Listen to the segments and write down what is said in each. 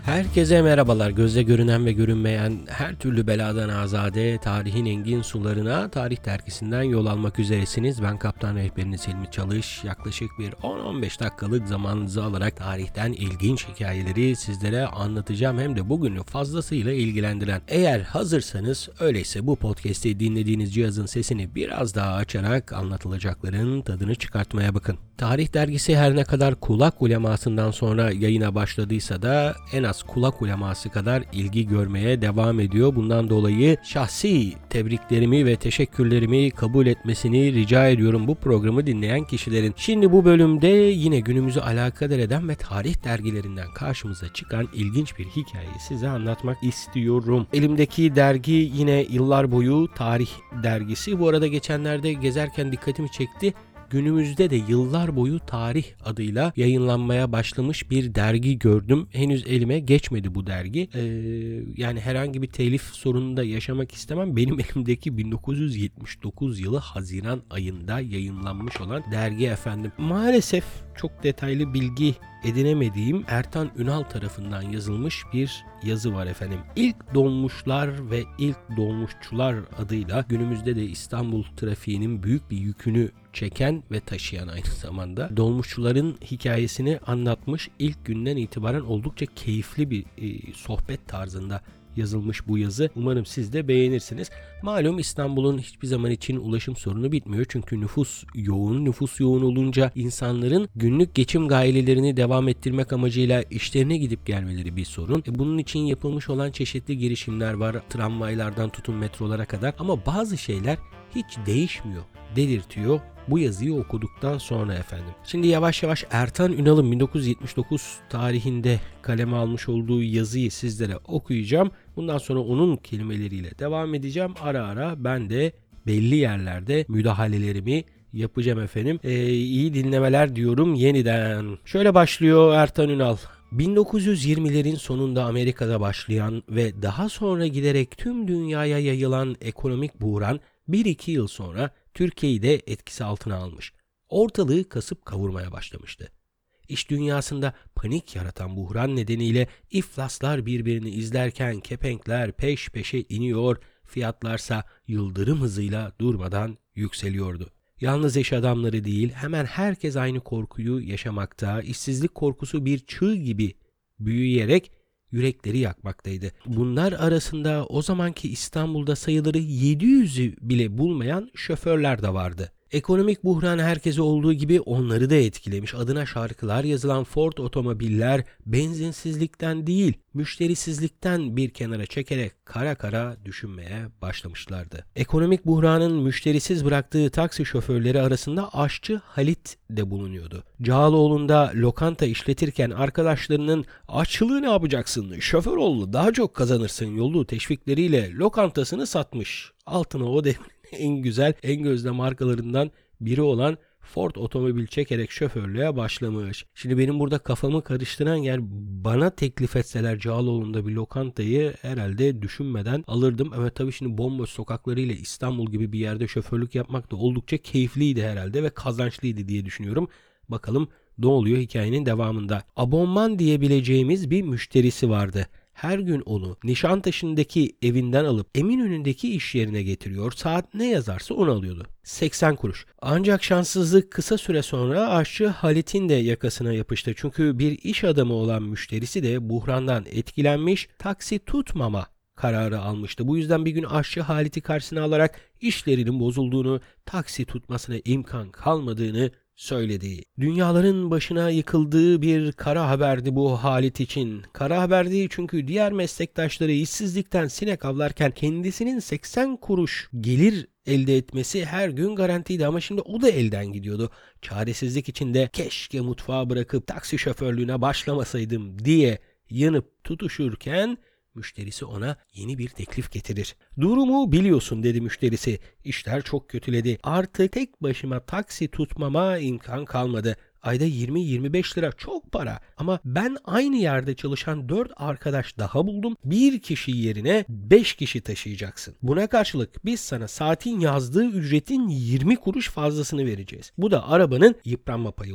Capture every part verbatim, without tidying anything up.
Herkese merhabalar. Gözle görünen ve görünmeyen her türlü beladan azade, tarihin engin sularına Tarih Dergisi'nden yol almak üzeresiniz. Ben Kaptan Rehberiniz Selmi Çalış. Yaklaşık bir on on beş dakikalık zamanınızı alarak tarihten ilginç hikayeleri sizlere anlatacağım. Hem de bugünü fazlasıyla ilgilendiren. Eğer hazırsanız, öyleyse bu podcast'i dinlediğiniz cihazın sesini biraz daha açarak anlatılacakların tadını çıkartmaya bakın. Tarih Dergisi her ne kadar kulak ulemasından sonra yayına başladıysa da en az kulak uleması kadar ilgi görmeye devam ediyor. Bundan dolayı şahsi tebriklerimi ve teşekkürlerimi kabul etmesini rica ediyorum bu programı dinleyen kişilerin. Şimdi bu bölümde yine günümüzü alakadar eden ve tarih dergilerinden karşımıza çıkan ilginç bir hikayeyi size anlatmak istiyorum. Elimdeki dergi yine yıllar boyu Tarih Dergisi. Bu arada geçenlerde gezerken dikkatimi çekti. Günümüzde de yıllar boyu Tarih adıyla yayınlanmaya başlamış bir dergi gördüm. Henüz elime geçmedi bu dergi. Ee, yani herhangi bir telif sorununda yaşamak istemem. Benim elimdeki bin dokuz yüz yetmiş dokuz yılı Haziran ayında yayınlanmış olan dergi efendim. Maalesef çok detaylı bilgi edinemediğim Ertan Ünal tarafından yazılmış bir yazı var efendim. İlk Dolmuşlar ve İlk Dolmuşçular adıyla günümüzde de İstanbul trafiğinin büyük bir yükünü çeken ve taşıyan aynı zamanda dolmuşçuların hikayesini anlatmış. İlk günden itibaren oldukça keyifli bir e, sohbet tarzında yazılmış bu yazı. Umarım siz de beğenirsiniz. Malum İstanbul'un hiçbir zaman için ulaşım sorunu bitmiyor. Çünkü nüfus yoğun. Nüfus yoğun olunca insanların günlük geçim gayelerini devam ettirmek amacıyla işlerine gidip gelmeleri bir sorun. E bunun için yapılmış olan çeşitli girişimler var. Tramvaylardan tutun metrolara kadar. Ama bazı şeyler hiç değişmiyor dedirtiyor bu yazıyı okuduktan sonra efendim. Şimdi yavaş yavaş Ertan Ünal'ın bin dokuz yüz yetmiş dokuz tarihinde kaleme almış olduğu yazıyı sizlere okuyacağım. Bundan sonra onun kelimeleriyle devam edeceğim. Ara ara ben de belli yerlerde müdahalelerimi yapacağım efendim. Ee, iyi dinlemeler diyorum yeniden. Şöyle başlıyor Ertan Ünal. bin dokuz yüz yirmilerin sonunda Amerika'da başlayan ve daha sonra giderek tüm dünyaya yayılan ekonomik buhran bir iki yıl sonra Türkiye'yi de etkisi altına almış. Ortalığı kasıp kavurmaya başlamıştı. İş dünyasında panik yaratan buhran nedeniyle iflaslar birbirini izlerken kepenkler peş peşe iniyor, fiyatlarsa yıldırım hızıyla durmadan yükseliyordu. Yalnız iş adamları değil, hemen herkes aynı korkuyu yaşamakta, işsizlik korkusu bir çığ gibi büyüyerek yürekleri yakmaktaydı. Bunlar arasında o zamanki İstanbul'da sayıları yedi yüzü bile bulmayan şoförler de vardı. Ekonomik buhran herkese olduğu gibi onları da etkilemiş. Adına şarkılar yazılan Ford otomobiller benzinsizlikten değil, müşterisizlikten bir kenara çekerek kara kara düşünmeye başlamışlardı. Ekonomik buhranın müşterisiz bıraktığı taksi şoförleri arasında aşçı Halit de bulunuyordu. Cağaloğlu'nda lokanta işletirken arkadaşlarının "Açlığı ne yapacaksın? Şoför ol, daha çok kazanırsın" yolu teşvikleriyle lokantasını satmış. Altına o devrin en güzel, en gözde markalarından biri olan Ford otomobil çekerek şoförlüğe başlamış. Şimdi benim burada kafamı karıştıran yer, bana teklif etseler Cağaloğlu'nda bir lokantayı herhalde düşünmeden alırdım. Ama tabii şimdi bomboş sokaklarıyla İstanbul gibi bir yerde şoförlük yapmak da oldukça keyifliydi herhalde ve kazançlıydı diye düşünüyorum. Bakalım ne oluyor hikayenin devamında. Abonman diyebileceğimiz bir müşterisi vardı. Her gün onu Nişantaşı'ndaki evinden alıp Eminönü'ndeki iş yerine getiriyor. Saat ne yazarsa onu alıyordu. seksen kuruş. Ancak şanssızlık kısa süre sonra aşçı Halit'in de yakasına yapıştı. Çünkü bir iş adamı olan müşterisi de buhrandan etkilenmiş, taksi tutmama kararı almıştı. Bu yüzden bir gün aşçı Halit'i karşısına alarak işlerinin bozulduğunu, taksi tutmasına imkan kalmadığını söyledi. Dünyaların başına yıkıldığı bir kara haberdi bu Halit için. Kara haberdi çünkü diğer meslektaşları işsizlikten sinek avlarken kendisinin seksen kuruş gelir elde etmesi her gün garantiydi ama şimdi o da elden gidiyordu. Çaresizlik içinde keşke mutfağı bırakıp taksi şoförlüğüne başlamasaydım diye yanıp tutuşurken müşterisi ona yeni bir teklif getirir. "Durumu biliyorsun" dedi müşterisi. "İşler çok kötüledi. Artık tek başıma taksi tutmama imkan kalmadı. Ayda yirmi yirmi beş lira çok para. Ama ben aynı yerde çalışan dört arkadaş daha buldum. Bir kişi yerine beş kişi taşıyacaksın. Buna karşılık biz sana saatin yazdığı ücretin yirmi kuruş fazlasını vereceğiz. Bu da arabanın yıpranma payı olacak.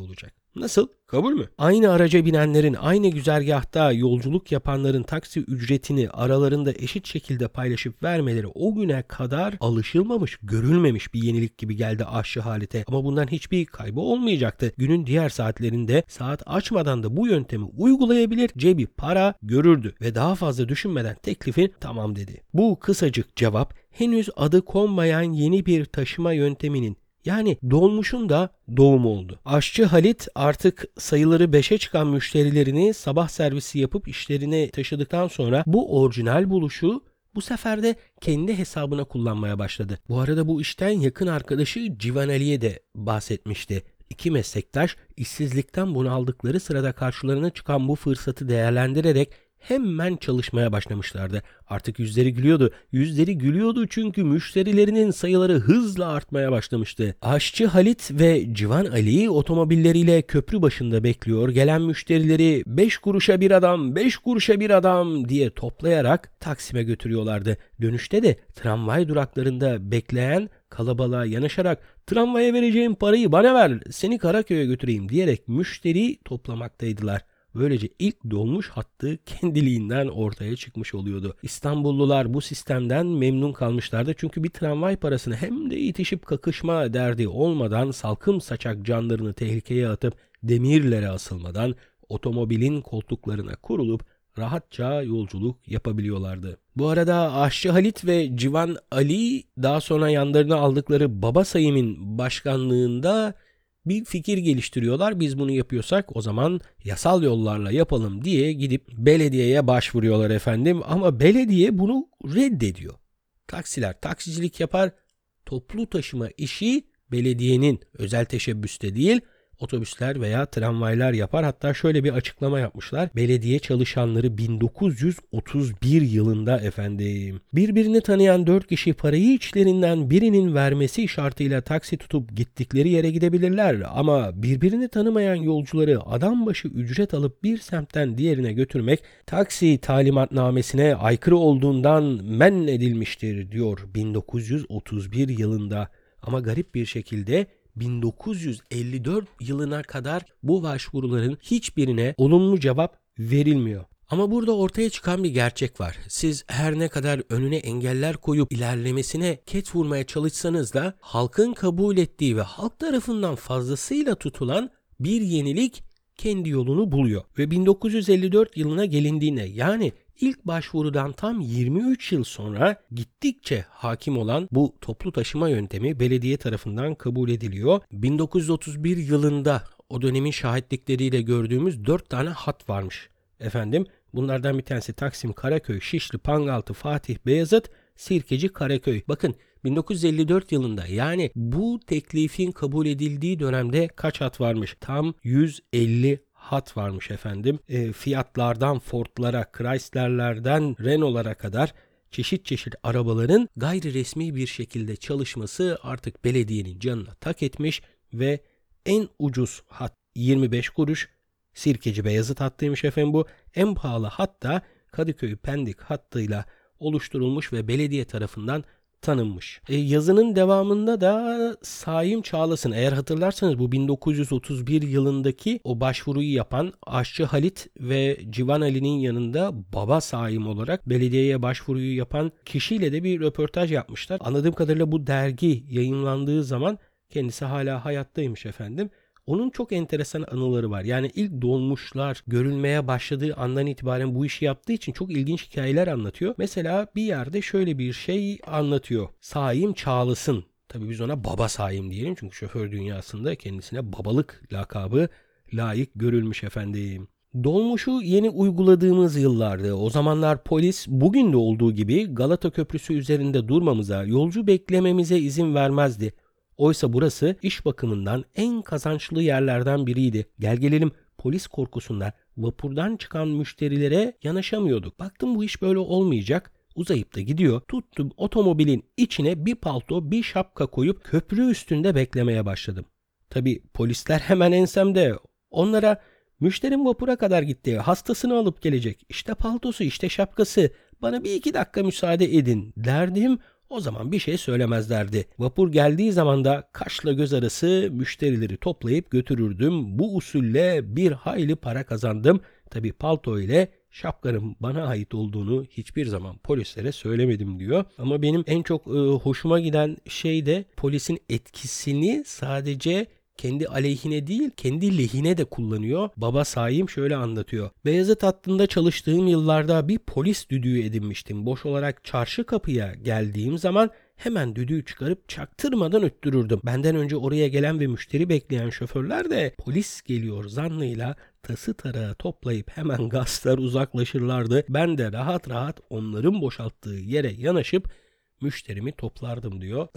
Nasıl? Kabul mü? Aynı araca binenlerin, aynı güzergahta yolculuk yapanların taksi ücretini aralarında eşit şekilde paylaşıp vermeleri o güne kadar alışılmamış, görülmemiş bir yenilik gibi geldi aşçı Halit'e. Ama bundan hiçbir kaybı olmayacaktı. Günün diğer saatlerinde saat açmadan da bu yöntemi uygulayabilir, cebi para görürdü ve daha fazla düşünmeden teklifin tamam dedi. Bu kısacık cevap henüz adı konmayan yeni bir taşıma yönteminin, yani dolmuşun da doğumu oldu. Aşçı Halit artık sayıları beşe çıkan müşterilerini sabah servisi yapıp işlerine taşıdıktan sonra bu orijinal buluşu bu sefer de kendi hesabına kullanmaya başladı. Bu arada bu işten yakın arkadaşı Civan Ali'ye de bahsetmişti. İki meslektaş işsizlikten bunaldıkları sırada karşılarına çıkan bu fırsatı değerlendirerek hemen çalışmaya başlamışlardı. Artık yüzleri gülüyordu. Yüzleri gülüyordu çünkü müşterilerinin sayıları hızla artmaya başlamıştı. Aşçı Halit ve Civan Ali otomobilleriyle köprü başında bekliyor. Gelen müşterileri beş kuruşa bir adam, beş kuruşa bir adam diye toplayarak Taksim'e götürüyorlardı. Dönüşte de tramvay duraklarında bekleyen kalabalığa yanaşarak "Tramvaya vereceğim parayı bana ver, seni Karaköy'e götüreyim" diyerek müşteri toplamaktaydılar. Böylece ilk dolmuş hattı kendiliğinden ortaya çıkmış oluyordu. İstanbullular bu sistemden memnun kalmışlardı çünkü bir tramvay parasını hem de itişip kakışma derdi olmadan salkım saçak canlarını tehlikeye atıp demirlere asılmadan otomobilin koltuklarına kurulup rahatça yolculuk yapabiliyorlardı. Bu arada Aşçı Halit ve Civan Ali daha sonra yanlarına aldıkları Baba Sayım'ın başkanlığında bir fikir geliştiriyorlar. Biz bunu yapıyorsak o zaman yasal yollarla yapalım diye gidip belediyeye başvuruyorlar efendim. Ama belediye bunu reddediyor. Taksiler taksicilik yapar. Toplu taşıma işi belediyenin, özel teşebbüste değil, otobüsler veya tramvaylar yapar. Hatta şöyle bir açıklama yapmışlar. Belediye çalışanları bin dokuz yüz otuz bir yılında efendim. Birbirini tanıyan dört kişi parayı içlerinden birinin vermesi şartıyla taksi tutup gittikleri yere gidebilirler. Ama birbirini tanımayan yolcuları adam başı ücret alıp bir semtten diğerine götürmek taksi talimatnamesine aykırı olduğundan men edilmiştir diyor bin dokuz yüz otuz bir yılında. Ama garip bir şekilde bin dokuz yüz elli dört yılına kadar bu başvuruların hiçbirine olumlu cevap verilmiyor. Ama burada ortaya çıkan bir gerçek var. Siz her ne kadar önüne engeller koyup ilerlemesine ket vurmaya çalışsanız da halkın kabul ettiği ve halk tarafından fazlasıyla tutulan bir yenilik kendi yolunu buluyor. Ve bin dokuz yüz elli dört yılına gelindiğinde, yani İlk başvurudan tam yirmi üç yıl sonra gittikçe hakim olan bu toplu taşıma yöntemi belediye tarafından kabul ediliyor. bin dokuz yüz otuz bir yılında o dönemin şahitlikleriyle gördüğümüz dört tane hat varmış. Efendim bunlardan bir tanesi Taksim, Karaköy, Şişli, Pangaltı, Fatih, Beyazıt, Sirkeci, Karaköy. Bakın bin dokuz yüz elli dört yılında, yani bu teklifin kabul edildiği dönemde kaç hat varmış? Tam yüz elli hat varmış efendim. E, fiyatlardan Ford'lara, Chrysler'lerden Renault'lara kadar çeşit çeşit arabaların gayri resmi bir şekilde çalışması artık belediyenin canına tak etmiş ve en ucuz hat yirmi beş kuruş Sirkeci Beyazıt hattıymış efendim bu. En pahalı hat da Kadıköy Pendik hattıyla oluşturulmuş ve belediye tarafından tanınmış. E, yazının devamında da Saim Çağlas'ın, eğer hatırlarsanız bu bin dokuz yüz otuz bir yılındaki o başvuruyu yapan Aşçı Halit ve Civan Ali'nin yanında Baba Saim olarak belediyeye başvuruyu yapan kişiyle de bir röportaj yapmışlar. Anladığım kadarıyla bu dergi yayınlandığı zaman kendisi hala hayattaymış efendim. Onun çok enteresan anıları var. Yani ilk dolmuşlar görülmeye başladığı andan itibaren bu işi yaptığı için çok ilginç hikayeler anlatıyor. Mesela bir yerde şöyle bir şey anlatıyor. Saim Çağlas'ın, tabii biz ona Baba Saim diyelim çünkü şoför dünyasında kendisine babalık lakabı layık görülmüş efendim. Dolmuşu yeni uyguladığımız yıllardı. O zamanlar polis bugün de olduğu gibi Galata Köprüsü üzerinde durmamıza, yolcu beklememize izin vermezdi. Oysa burası iş bakımından en kazançlı yerlerden biriydi. Gel gelelim polis korkusundan vapurdan çıkan müşterilere yanaşamıyorduk. Baktım bu iş böyle olmayacak. Uzayıp da gidiyor. Tuttum otomobilin içine bir palto, bir şapka koyup köprü üstünde beklemeye başladım. Tabii polisler hemen ensemde. Onlara müşterim vapura kadar gitti. Hastasını alıp gelecek. İşte paltosu, işte şapkası. Bana bir iki dakika müsaade edin derdim. O zaman bir şey söylemezlerdi. Vapur geldiği zaman da kaşla göz arası müşterileri toplayıp götürürdüm. Bu usulle bir hayli para kazandım. Tabii palto ile şapkanın bana ait olduğunu hiçbir zaman polislere söylemedim diyor. Ama benim en çok e, hoşuma giden şey de polisin etkisini sadece kendi aleyhine değil, kendi lehine de kullanıyor. Baba Saim şöyle anlatıyor. Beyazıt hattında çalıştığım yıllarda bir polis düdüğü edinmiştim. Boş olarak çarşı kapıya geldiğim zaman hemen düdüğü çıkarıp çaktırmadan öttürürdüm. Benden önce oraya gelen ve müşteri bekleyen şoförler de polis geliyor zannıyla tası tarağı toplayıp hemen gazlar uzaklaşırlardı. Ben de rahat rahat onların boşalttığı yere yanaşıp müşterimi toplardım diyor.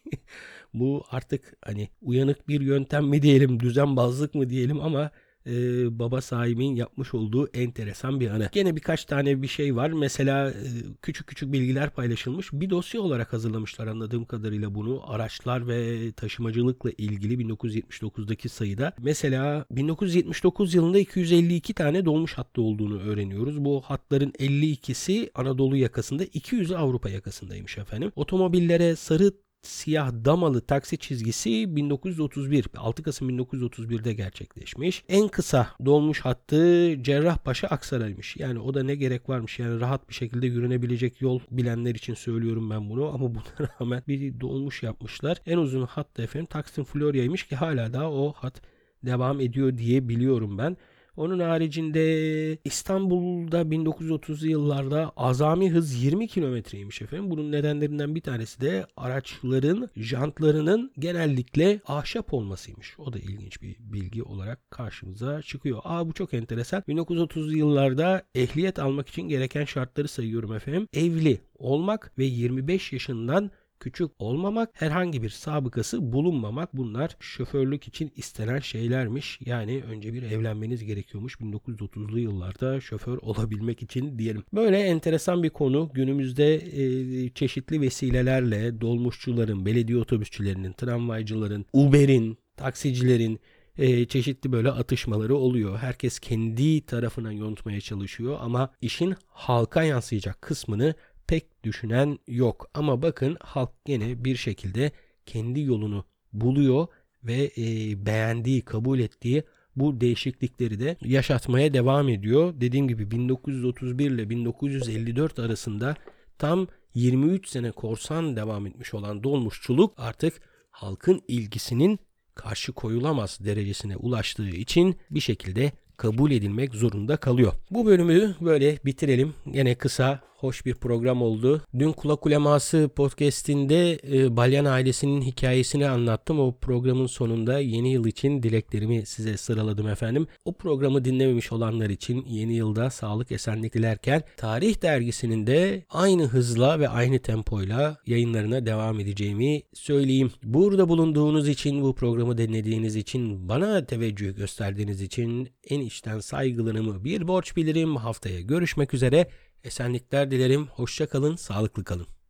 Bu artık hani uyanık bir yöntem mi diyelim, düzenbazlık mı diyelim ama e, Baba Saim'in yapmış olduğu enteresan bir anı. Gene birkaç tane bir şey var. Mesela e, küçük küçük bilgiler paylaşılmış. Bir dosya olarak hazırlamışlar anladığım kadarıyla bunu. Araçlar ve taşımacılıkla ilgili bin dokuz yüz yetmiş dokuzdaki sayıda. Mesela bin dokuz yüz yetmiş dokuz yılında iki yüz elli iki tane dolmuş hattı olduğunu öğreniyoruz. Bu hatların elli ikisi Anadolu yakasında, iki yüzü Avrupa yakasındaymış efendim. Otomobillere sarı siyah damalı taksi çizgisi bin dokuz yüz otuz bir, altı Kasım bin dokuz yüz otuz bir'de gerçekleşmiş. En kısa dolmuş hattı Cerrahpaşa Aksaray'mış. Yani o da ne gerek varmış. Yani rahat bir şekilde yürünebilecek yol bilenler için söylüyorum ben bunu. Ama buna rağmen bir dolmuş yapmışlar. En uzun hat da efendim Taksim Florya'ymış ki hala daha o hat devam ediyor diye biliyorum ben. Onun haricinde İstanbul'da bin dokuz yüz otuzlu yıllarda azami hız yirmi kilometreymiş efendim. Bunun nedenlerinden bir tanesi de araçların jantlarının genellikle ahşap olmasıymış. O da ilginç bir bilgi olarak karşımıza çıkıyor. Aa bu çok enteresan. bin dokuz yüz otuzlu yıllarda ehliyet almak için gereken şartları sayıyorum efendim. Evli olmak ve yirmi beş yaşından küçük olmamak, herhangi bir sabıkası bulunmamak, bunlar şoförlük için istenen şeylermiş. Yani önce bir evlenmeniz gerekiyormuş bin dokuz yüz otuzlu yıllarda şoför olabilmek için diyelim. Böyle enteresan bir konu. Günümüzde e, çeşitli vesilelerle dolmuşçuların, belediye otobüsçülerinin, tramvaycıların, Uber'in, taksicilerin e, çeşitli böyle atışmaları oluyor. Herkes kendi tarafına yontmaya çalışıyor ama işin halka yansıyacak kısmını pek düşünen yok. Ama bakın halk gene bir şekilde kendi yolunu buluyor ve e, beğendiği, kabul ettiği bu değişiklikleri de yaşatmaya devam ediyor. Dediğim gibi bin dokuz yüz otuz bir ile bin dokuz yüz elli dört arasında tam yirmi üç sene korsan devam etmiş olan dolmuşçuluk artık halkın ilgisinin karşı koyulamaz derecesine ulaştığı için bir şekilde kabul edilmek zorunda kalıyor. Bu bölümü böyle bitirelim. Yine kısa, hoş bir program oldu. Dün Kulak Uleması podcast'inde e, Balyan ailesinin hikayesini anlattım. O programın sonunda yeni yıl için dileklerimi size sıraladım efendim. O programı dinlememiş olanlar için yeni yılda sağlık, esenlik dilerken Tarih Dergisi'nin de aynı hızla ve aynı tempoyla yayınlarına devam edeceğimi söyleyeyim. Burada bulunduğunuz için, bu programı dinlediğiniz için, bana teveccüh gösterdiğiniz için en içten saygılarımı bir borç bilirim. Haftaya görüşmek üzere. Esenlikler dilerim. Hoşça kalın, sağlıklı kalın.